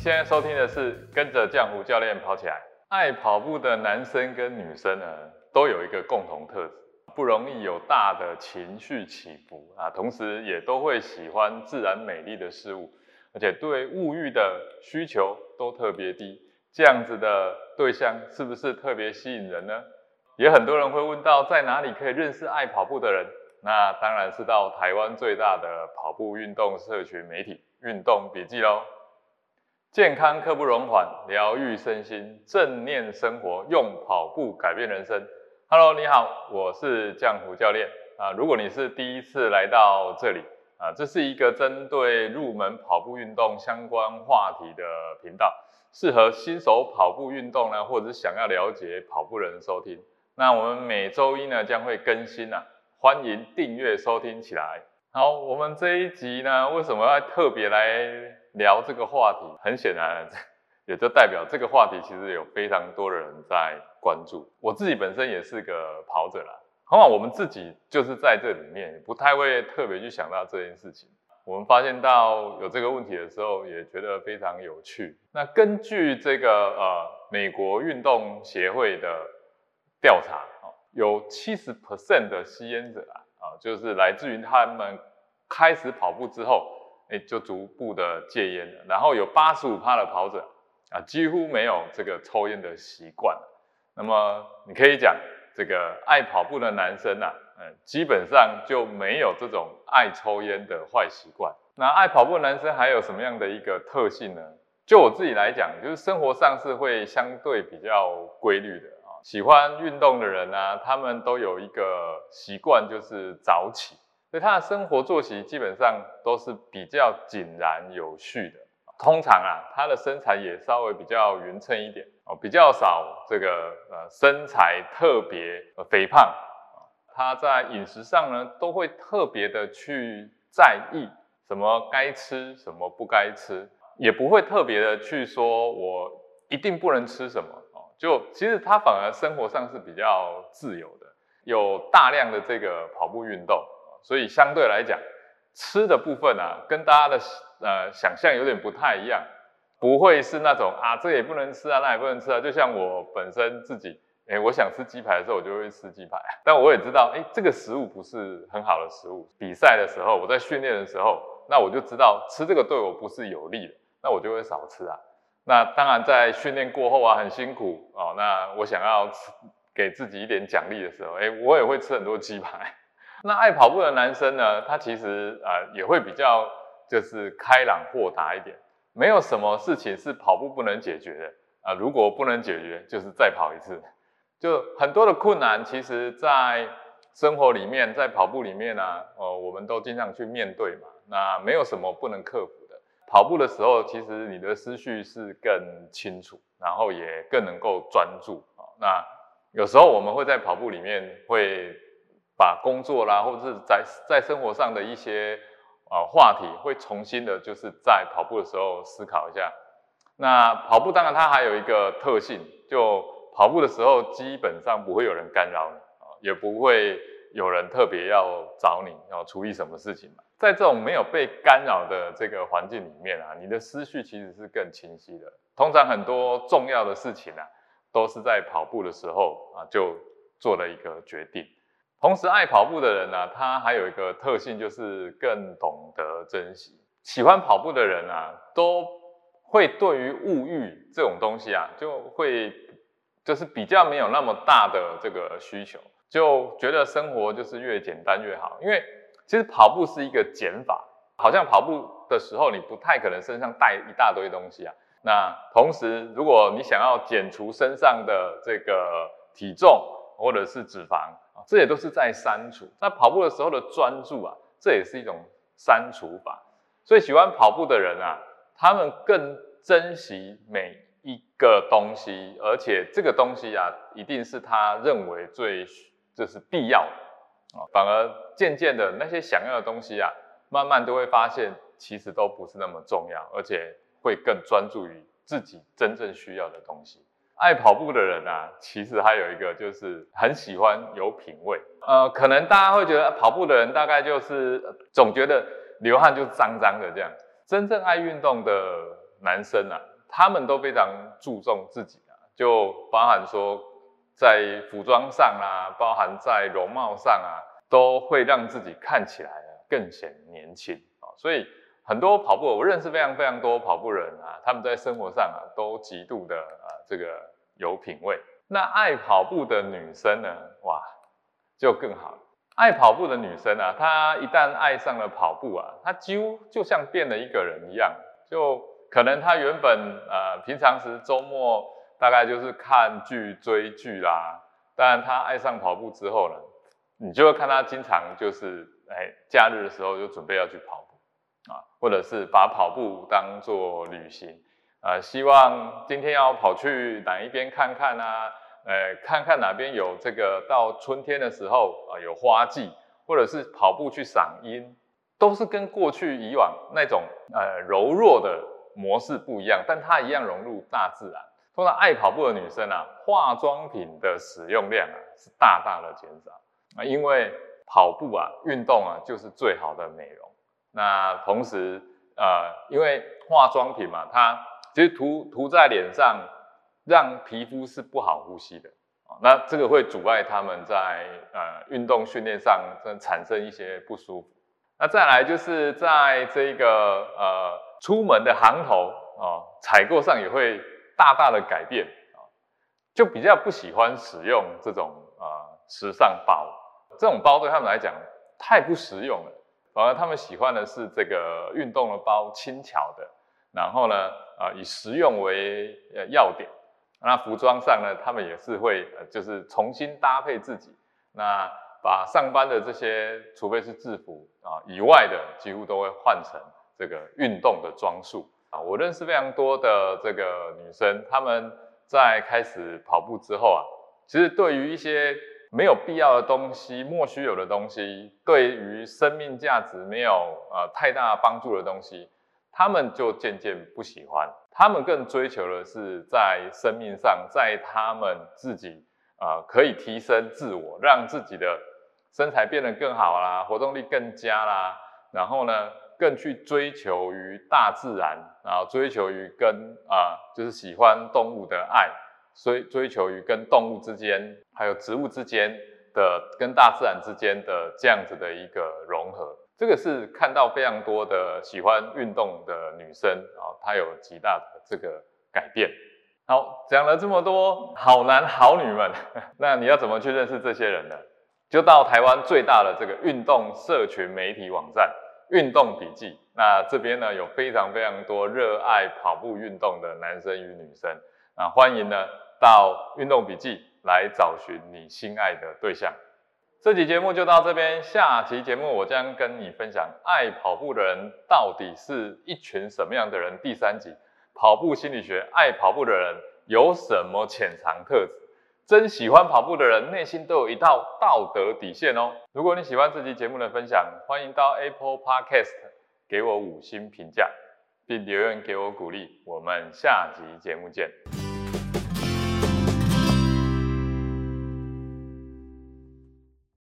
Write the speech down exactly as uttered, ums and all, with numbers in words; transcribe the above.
现在收听的是跟着江湖教练跑起来。爱跑步的男生跟女生呢，都有一个共同特质，不容易有大的情绪起伏啊，同时也都会喜欢自然美丽的事物，而且对物欲的需求都特别低。这样子的对象是不是特别吸引人呢？也很多人会问到，在哪里可以认识爱跑步的人？那当然是到台湾最大的跑步运动社群媒体运动笔记咯。健康刻不容缓，疗愈身心，正念生活，用跑步改变人生。Hello， 你好，我是江湖教练啊。如果你是第一次来到这里啊，这是一个针对入门跑步运动相关话题的频道，适合新手跑步运动呢，或者是想要了解跑步的人收听。那我们每周一呢将会更新啊，欢迎订阅收听起来。好，我们这一集呢，为什么要特别来聊这个话题？很显然，也就代表这个话题其实有非常多的人在关注。我自己本身也是个跑者啦，往往我们自己就是在这里面，不太会特别去想到这件事情。我们发现到有这个问题的时候，也觉得非常有趣。那根据这个呃美国运动协会的调查，有 百分之七十 的吸烟者啊。啊，就是来自于他们开始跑步之后，哎，就逐步的戒烟了。然后有 百分之八十五 的跑者啊，几乎没有这个抽烟的习惯。那么你可以讲，这个爱跑步的男生啊，嗯，基本上就没有这种爱抽烟的坏习惯。那爱跑步的男生还有什么样的一个特性呢？就我自己来讲，就是生活上是会相对比较规律的。喜欢运动的人啊，他们都有一个习惯，就是早起，所以他的生活作息基本上都是比较井然有序的。通常啊，他的身材也稍微比较匀称一点哦，比较少这个呃身材特别呃肥胖。他在饮食上呢，都会特别的去在意什么该吃，什么不该吃，也不会特别的去说我一定不能吃什么。就其实他反而生活上是比较自由的，有大量的这个跑步运动，所以相对来讲，吃的部分啊，跟大家的呃想象有点不太一样，不会是那种啊这也不能吃啊，那也不能吃啊。就像我本身自己，哎，我想吃鸡排的时候，我就会吃鸡排，但我也知道，哎，这个食物不是很好的食物。比赛的时候，我在训练的时候，那我就知道吃这个对我不是有利的，那我就会少吃啊。那当然，在训练过后啊，很辛苦哦。那我想要吃给自己一点奖励的时候，哎，我也会吃很多鸡排。那爱跑步的男生呢，他其实呃也会比较就是开朗豁达一点，没有什么事情是跑步不能解决的啊、呃。如果不能解决，就是再跑一次。就很多的困难，其实在生活里面，在跑步里面啊，呃，我们都经常去面对嘛。那没有什么不能克服。跑步的时候，其实你的思绪是更清楚，然后也更能够专注。那有时候我们会在跑步里面会把工作啦，或者是在在生活上的一些呃话题，会重新的，就是在跑步的时候思考一下。那跑步当然它还有一个特性，就跑步的时候基本上不会有人干扰你，也不会有人特别要找你要处理什么事情嘛。在这种没有被干扰的这个环境里面啊，你的思绪其实是更清晰的。通常很多重要的事情啊，都是在跑步的时候啊就做了一个决定。同时，爱跑步的人啊，他还有一个特性，就是更懂得珍惜。喜欢跑步的人啊，都会对于物欲这种东西啊，就会就是比较没有那么大的这个需求，就觉得生活就是越简单越好，因为其实跑步是一个减法，好像跑步的时候你不太可能身上带一大堆东西啊。那同时，如果你想要减除身上的这个体重或者是脂肪，这也都是在删除。在跑步的时候的专注啊，这也是一种删除法。所以喜欢跑步的人啊，他们更珍惜每一个东西，而且这个东西啊，一定是他认为最就是必要的。反而渐渐的那些想要的东西啊，慢慢都会发现其实都不是那么重要，而且会更专注于自己真正需要的东西。爱跑步的人啊，其实还有一个就是很喜欢有品味。呃，可能大家会觉得跑步的人大概就是总觉得流汗就脏脏的这样。真正爱运动的男生啊， 他们都非常注重自己啊，就包含说在服装上啦，包含在容貌上啊，都会让自己看起来更显年轻啊。所以很多跑步，我认识非常非常多跑步人啊，他们在生活上啊都极度的啊这个有品味。那爱跑步的女生呢，哇，就更好了。爱跑步的女生啊，她一旦爱上了跑步啊，她几乎就像变了一个人一样。就可能她原本呃平常时周末大概就是看剧追剧啦，但她爱上跑步之后呢，你就会看她经常就是哎假日的时候就准备要去跑步啊，或者是把跑步当作旅行啊、呃，希望今天要跑去哪一边看看啊。呃，看看哪边有这个到春天的时候啊、呃，有花季，或者是跑步去赏樱，都是跟过去以往那种呃柔弱的模式不一样，但它一样融入大自然。通常爱跑步的女生啊，化妆品的使用量啊是大大的减少啊，因为跑步啊，运动啊就是最好的美容。那同时呃，因为化妆品嘛，它其实涂涂在脸上，让皮肤是不好呼吸的，那这个会阻碍他们在呃运动训练上产生一些不舒服。那再来就是在这个呃出门的行头啊，采购上也会大大的改变啊，就比较不喜欢使用这种呃时尚包，这种包对他们来讲太不实用了，反而他们喜欢的是这个运动的包，轻巧的，然后呢呃以实用为呃要点。那服装上呢，他们也是会呃，就是重新搭配自己。那把上班的这些，除非是制服啊以外的，几乎都会换成这个运动的装束啊。我认识非常多的这个女生，她们在开始跑步之后啊，其实对于一些没有必要的东西、莫须有的东西，对于生命价值没有呃太大帮助的东西，他们就渐渐不喜欢。他们更追求的是在生命上，在他们自己呃可以提升自我，让自己的身材变得更好啦，活动力更佳啦，然后呢更去追求于大自然，然后追求于跟啊、呃、就是喜欢动物的爱，所以追求于跟动物之间，还有植物之间的跟大自然之间的这样子的一个融合。这个是看到非常多的喜欢运动的女生啊，她有极大的这个改变。好，讲了这么多好男好女们，那你要怎么去认识这些人呢？就到台湾最大的这个运动社群媒体网站运动笔记，那这边呢有非常非常多热爱跑步运动的男生与女生，那欢迎呢到运动笔记来找寻你心爱的对象。这期节目就到这边，下期节目我将跟你分享爱跑步的人到底是一群什么样的人。第三集，跑步心理学，爱跑步的人有什么潜藏特质？真喜欢跑步的人内心都有一道道德底线哦。如果你喜欢这期节目的分享，欢迎到 Apple Podcast 给我五星评价，并留言给我鼓励。我们下集节目见。